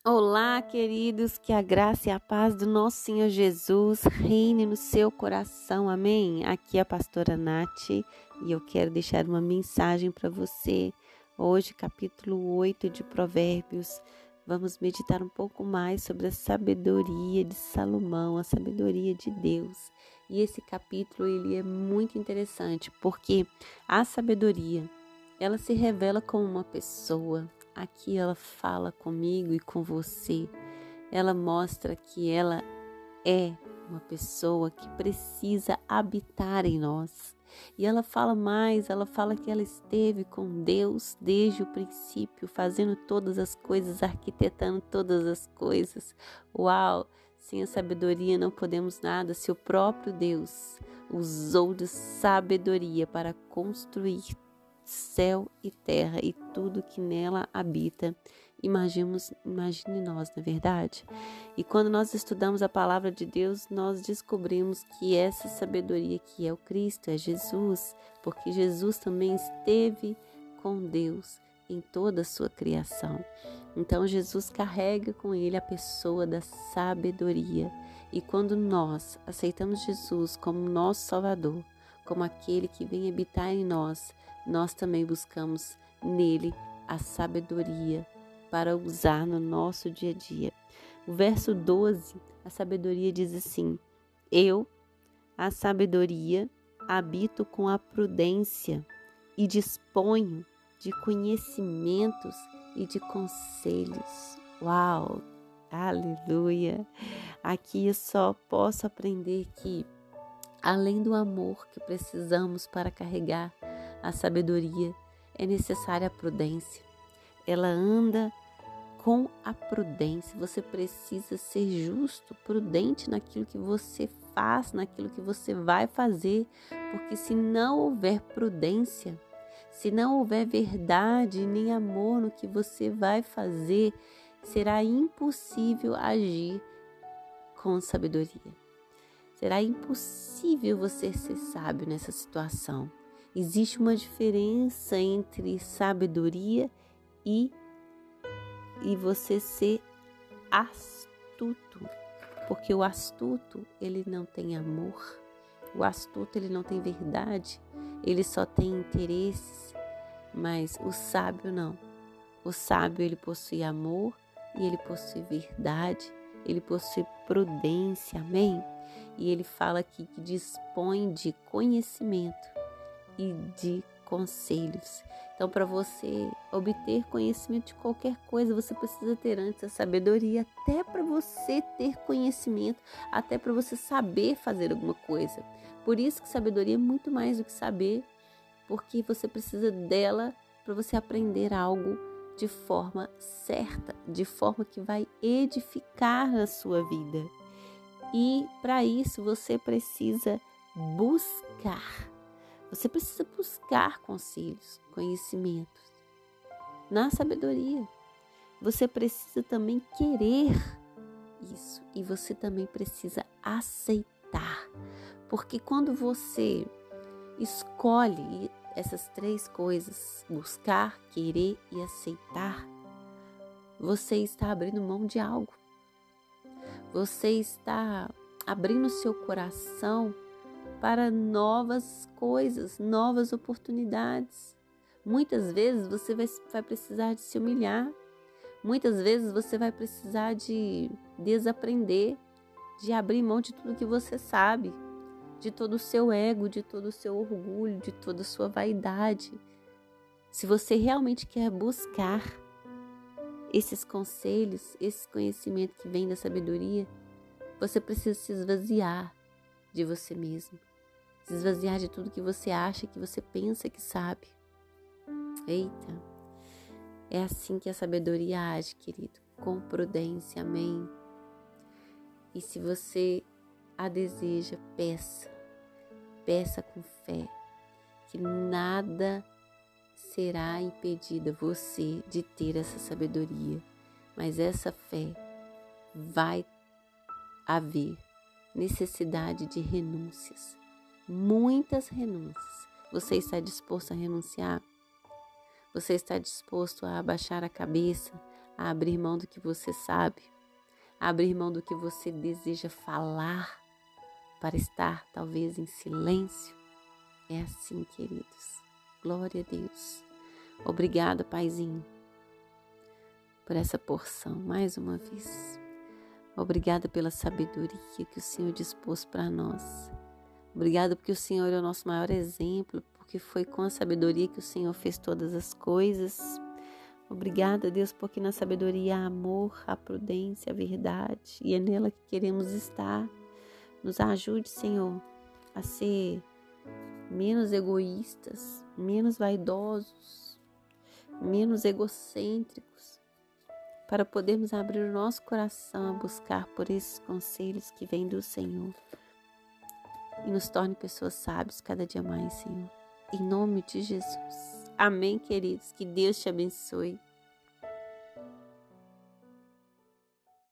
Olá, queridos, que a graça e a paz do nosso Senhor Jesus reine no seu coração, amém? Aqui é a pastora Nath e eu quero deixar uma mensagem para você. Hoje, capítulo 8 de Provérbios, vamos meditar um pouco mais sobre a sabedoria de Salomão, a sabedoria de Deus. E esse capítulo, ele é muito interessante, porque a sabedoria, ela se revela como uma pessoa. Aqui ela fala comigo e com você. Ela mostra que ela é uma pessoa que precisa habitar em nós. E ela fala mais, ela fala que ela esteve com Deus desde o princípio, fazendo todas as coisas, arquitetando todas as coisas. Uau! Sem a sabedoria não podemos nada. Se o próprio Deus usou de sabedoria para construir céu e terra e tudo que nela habita, imagine nós, não é verdade? E quando nós estudamos a palavra de Deus, nós descobrimos que essa sabedoria que é o Cristo, é Jesus, porque Jesus também esteve com Deus em toda a sua criação. Então Jesus carrega com ele a pessoa da sabedoria. E quando nós aceitamos Jesus como nosso Salvador, como aquele que vem habitar em nós, nós também buscamos nele a sabedoria para usar no nosso dia a dia. O verso 12, a sabedoria diz assim: eu, a sabedoria, habito com a prudência e disponho de conhecimentos e de conselhos. Uau! Aleluia! Aqui eu só posso aprender que, além do amor que precisamos para carregar a sabedoria, é necessária a prudência. Ela anda com a prudência. Você precisa ser justo, prudente naquilo que você faz, naquilo que você vai fazer, porque se não houver prudência, se não houver verdade nem amor no que você vai fazer, será impossível agir com sabedoria. Será impossível você ser sábio nessa situação. Existe uma diferença entre sabedoria e você ser astuto. Porque o astuto, ele não tem amor. O astuto, ele não tem verdade. Ele só tem interesses. Mas o sábio não. O sábio, ele possui amor e ele possui verdade. Ele possui prudência, amém? E ele fala aqui que dispõe de conhecimento e de conselhos. Então, para você obter conhecimento de qualquer coisa, você precisa ter antes a sabedoria, até para você ter conhecimento, até para você saber fazer alguma coisa. Por isso que sabedoria é muito mais do que saber, porque você precisa dela para você aprender algo de forma certa, de forma que vai edificar a sua vida. E para isso você precisa buscar. Você precisa buscar conselhos, conhecimentos na sabedoria. Você precisa também querer isso e você também precisa aceitar. Porque quando você escolhe essas três coisas, buscar, querer e aceitar, você está abrindo mão de algo. Você está abrindo seu coração para novas coisas, novas oportunidades. Muitas vezes você vai precisar de se humilhar. Muitas vezes você vai precisar de desaprender, de abrir mão de tudo que você sabe, de todo o seu ego, de todo o seu orgulho, de toda a sua vaidade. Se você realmente quer buscar esses conselhos, esse conhecimento que vem da sabedoria, você precisa se esvaziar de você mesmo. Se esvaziar de tudo que você acha, que você pensa que sabe. Eita, é assim que a sabedoria age, querido, com prudência, amém? E se você a deseja, peça com fé, que nada será impedido você de ter essa sabedoria, mas essa fé vai haver necessidade de renúncias, muitas renúncias. Você está disposto a renunciar? Você está disposto a abaixar a cabeça, a abrir mão do que você sabe, a abrir mão do que você deseja falar, para estar talvez em silêncio. É assim, queridos. Glória a Deus. Obrigada, Paizinho, por essa porção mais uma vez. Obrigada pela sabedoria que o Senhor dispôs para nós. Obrigada porque o Senhor é o nosso maior exemplo, porque foi com a sabedoria que o Senhor fez todas as coisas. Obrigada, Deus, porque na sabedoria há amor, há prudência, a verdade, e é nela que queremos estar. Nos ajude, Senhor, a ser menos egoístas, menos vaidosos, menos egocêntricos, para podermos abrir o nosso coração a buscar por esses conselhos que vêm do Senhor. E nos torne pessoas sábias cada dia mais, Senhor. Em nome de Jesus. Amém, queridos. Que Deus te abençoe.